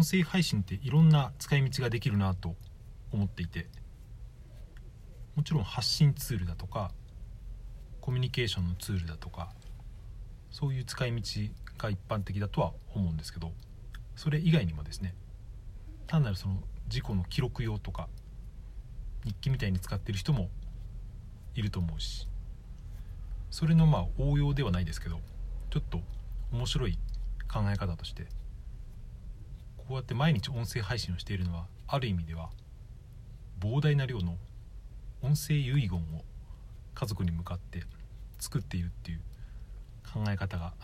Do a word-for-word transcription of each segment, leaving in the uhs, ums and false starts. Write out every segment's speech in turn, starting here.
音声配信っていろんな使い道ができるなと思っていて、もちろん発信ツールだとかコミュニケーションのツールだとか、そういう使い道が一般的だとは思うんですけど、それ以外にもですね、単なるその自己の記録用とか日記みたいに使っている人もいると思うし、それのまあ応用ではないですけど、ちょっと面白い考え方として、こうやって毎日音声配信をしているのは、ある意味では膨大な量の音声遺言を家族に向かって作っているっていう考え方が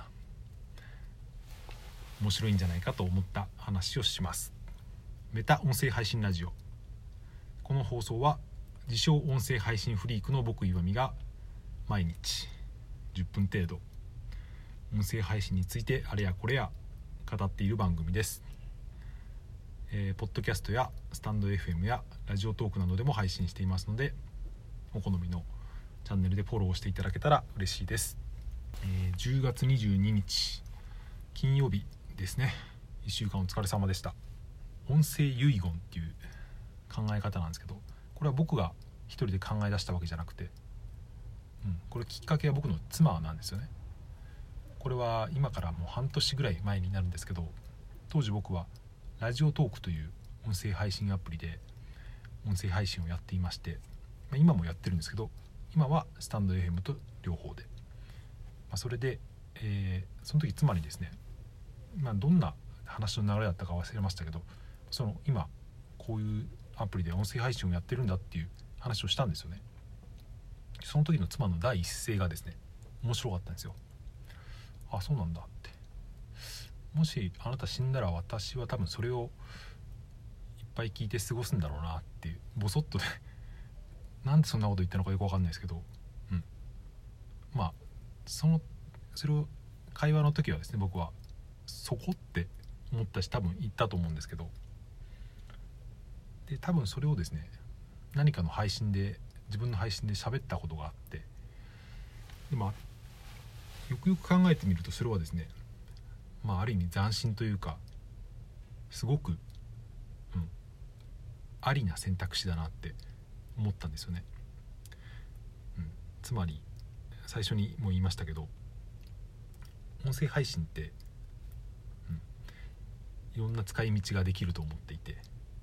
面白いんじゃないかと思った話をします。メタ音声配信ラジオ。この放送は自称音声配信フリークの僕岩見が毎日じゅっぷん程度音声配信についてあれやこれや語っている番組です。えー、ポッドキャストやスタンド エフエム やラジオトークなどでも配信していますので、お好みのチャンネルでフォローしていただけたら嬉しいです。えー、じゅうがつにじゅうににち金曜日ですね。いっしゅうかんお疲れ様でした。音声遺言っていう考え方なんですけど、これは僕が一人で考え出したわけじゃなくて、うん、これきっかけは僕の妻なんですよね。これは今からもう半年ぐらい前になるんですけど、当時僕はラジオトークという音声配信アプリで音声配信をやっていまして、まあ、今もやってるんですけど、今はスタンド エフエム と両方で、まあ、それで、えー、その時妻にですね、まあ、どんな話の流れだったか忘れましたけど、その今こういうアプリで音声配信をやってるんだっていう話をしたんですよね。その時の妻の第一声がですね、面白かったんですよ。あ、そうなんだって、もしあなた死んだら私は多分それをいっぱい聞いて過ごすんだろうなっていう、ボソッとでなんでそんなこと言ったのかよく分かんないですけど、うん、まあそのそれを会話の時はですね、僕はそこって思ったし、多分言ったと思うんですけど、で多分それをですね、何かの配信で自分の配信で喋ったことがあって、でまあよくよく考えてみると、それはですね、まあある意味斬新というか、すごく、うん、ありな選択肢だなって思ったんですよね。うん、つまり最初にも言いましたけど、音声配信って、うん、いろんな使い道ができると思っていて、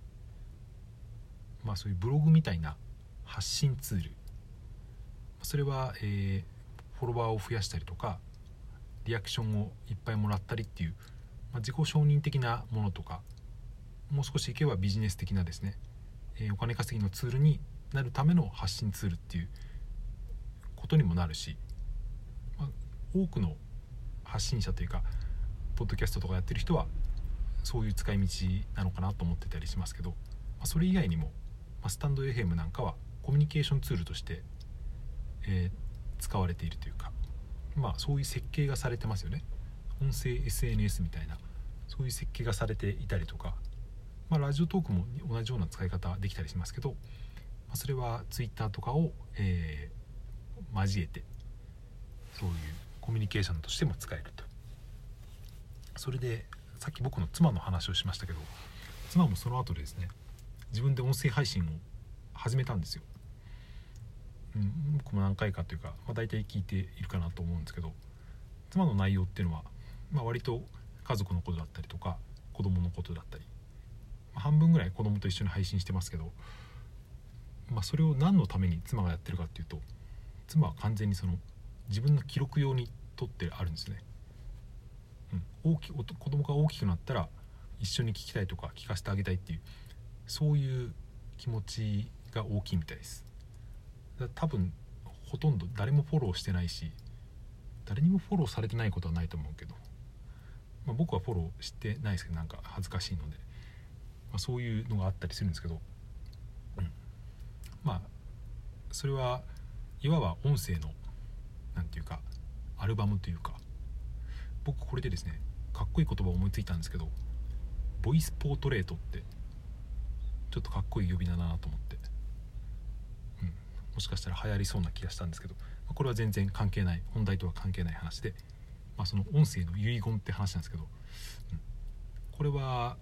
まあそういうブログみたいな発信ツール、それは、えー、フォロワーを増やしたりとかリアクションをいっぱいもらったりっていう、まあ、自己承認的なものとか、もう少しいけばビジネス的なですね、えー、お金稼ぎのツールになるための発信ツールっていうことにもなるし、まあ、多くの発信者というかポッドキャストとかやってる人はそういう使い道なのかなと思ってたりしますけど、まあ、それ以外にも、まあ、スタンド エフエム なんかはコミュニケーションツールとして、えー、使われているというか、まあそういう設計がされてますよね。音声 エスエヌエス みたいな、そういう設計がされていたりとか、まあ、ラジオトークも同じような使い方できたりしますけど、まあ、それは Twitter とかを、えー、交えてそういうコミュニケーションとしても使えると。それでさっき僕の妻の話をしましたけど、妻もその後でですね、自分で音声配信を始めたんですよ。うん、僕も何回かというか、まあ、大体聞いているかなと思うんですけど、妻の内容っていうのは、まあ、割と家族のことだったりとか子供のことだったり、まあ、半分ぐらい子供と一緒に配信してますけど、まあ、それを何のために妻がやってるかっていうと、妻は完全にその自分の記録用に撮ってあるんですね。うん、大き子供が大きくなったら一緒に聞きたいとか聞かせてあげたいっていう、そういう気持ちが大きいみたいです。だ多分ほとんど誰もフォローしてないし、誰にもフォローされてないことはないと思うけど、まあ、僕はフォローしてないですけど、なんか恥ずかしいので、まあ、そういうのがあったりするんですけど、うん、まあそれはいわば音声のなんていうかアルバムというか、僕これでですね、かっこいい言葉を思いついたんですけど、ボイスポートレートってちょっとかっこいい呼び名だなと思って、うん、もしかしたら流行りそうな気がしたんですけど、これは全然関係ない、本題とは関係ない話で、まあ、その音声の遺言って話なんですけど、うん、これは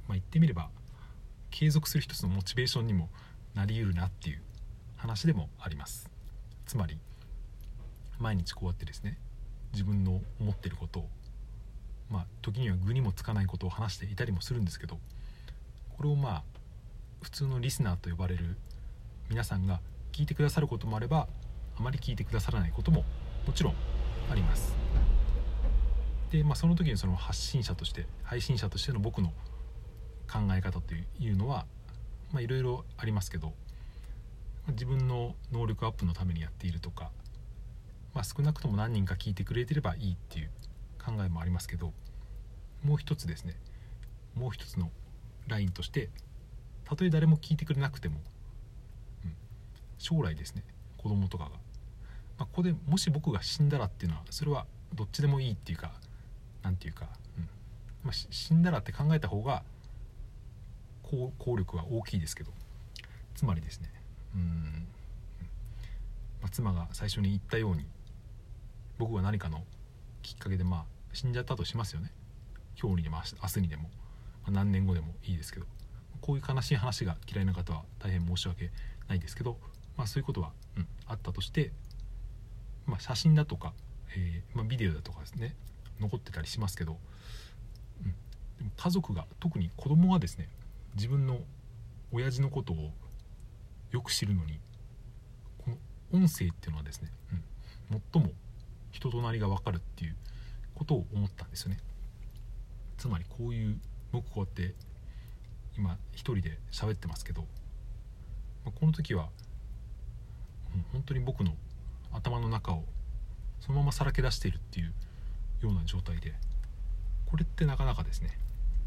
まあ、言ってみれば継続する一つのモチベーションにもなりうるなっていう話でもあります。つまり毎日こうやってですね、自分の思っていることを、まあ時には具にもつかないことを話していたりもするんですけど、これをまあ普通のリスナーと呼ばれる皆さんが聞いてくださることもあれば、あまり聞いてくださらないことももちろんあります。で、まあ、その時にその発信者として配信者としての僕の考え方というのは、まあ、いろいろありますけど、自分の能力アップのためにやっているとか、まあ、少なくとも何人か聞いてくれてればいいっていう考えもありますけど、もう一つですね、もう一つのラインとして、たとえ誰も聞いてくれなくても、うん、将来ですね、子供とかが、まあ、ここでもし僕が死んだらっていうのは、それはどっちでもいいっていうか、なんていうか、うんまあ、死んだらって考えた方が効力は大きいですけど、つまりですね、うーん、まあ、妻が最初に言ったように、僕が何かのきっかけでまあ死んじゃったとしますよね。今日にでも明日にでも、まあ、何年後でもいいですけど、こういう悲しい話が嫌いな方は大変申し訳ないですけど、まあ、そういうことは、うん、あったとして、まあ、写真だとか、えーまあ、ビデオだとかですね、残ってたりしますけど、うん、でも家族が、特に子供がですね、自分の親父のことをよく知るのに、この音声っていうのはですね、うん、最も人となりが分かるっていうことを思ったんですよね。つまりこういう、僕こうやって今一人で喋ってますけど、まあ、この時は、うん、本当に僕の頭の中をそのままさらけ出しているっていうような状態で、これってなかなかですね、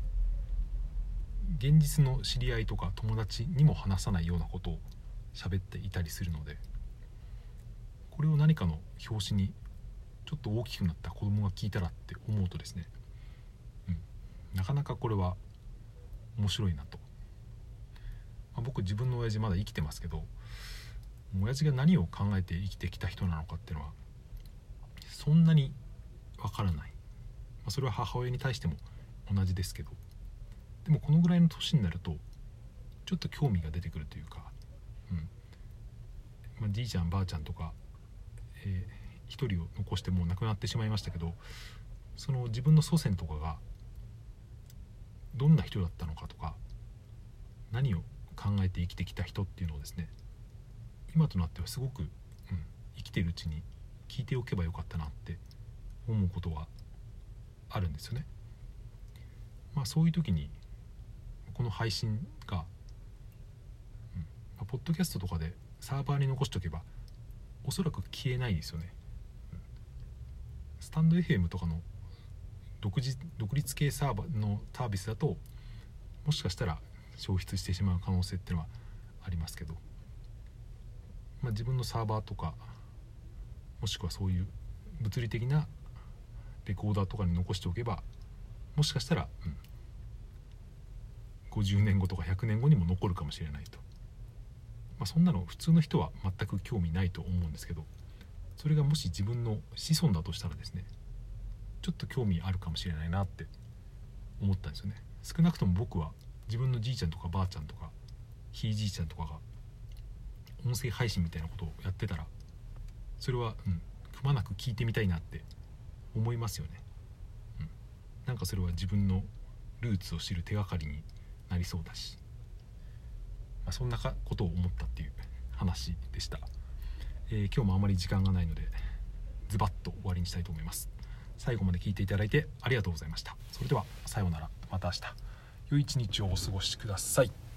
現実の知り合いとか友達にも話さないようなことを喋っていたりするので、これを何かの表紙にちょっと大きくなった子供が聞いたらって思うとですね、うん、なかなかこれは面白いなと、まあ、僕自分の親父まだ生きてますけど、親父が何を考えて生きてきた人なのかっていうのはそんなにわからない、まあ、それは母親に対しても同じですけど、でもこのぐらいの年になるとちょっと興味が出てくるというか、うんまあ、じいちゃんばあちゃんとか、えー、一人を残してもう亡くなってしまいましたけど、その自分の祖先とかがどんな人だったのかとか、何を考えて生きてきた人っていうのをですね、今となってはすごく、うん、生きているうちに聞いておけばよかったなって思うことはあるんですよね。まあそういう時にこの配信が、うんまあ、ポッドキャストとかでサーバーに残しておけばおそらく消えないですよね。うん、スタンド エフエム とかの独自独立系サーバーのサービスだと、もしかしたら消失してしまう可能性っていうのはありますけど、まあ、自分のサーバーとか、もしくはそういう物理的なレコーダーとかに残しておけば、もしかしたら、うん、ごじゅうねんごとかひゃくねんごにも残るかもしれないと、まあ、そんなの普通の人は全く興味ないと思うんですけど、それがもし自分の子孫だとしたらですね、ちょっと興味あるかもしれないなって思ったんですよね。少なくとも僕は自分のじいちゃんとかばあちゃんとかひいじいちゃんとかが音声配信みたいなことをやってたら、それは、うん、くまなく聞いてみたいなって思いますよね。うん、なんかそれは自分のルーツを知る手がかりになりそうだし、まあ、そんなことを思ったっていう話でした。えー、今日もあまり時間がないのでズバッと終わりにしたいと思います。最後まで聞いていただいてありがとうございました。それではさようなら、また明日良い一日をお過ごしください。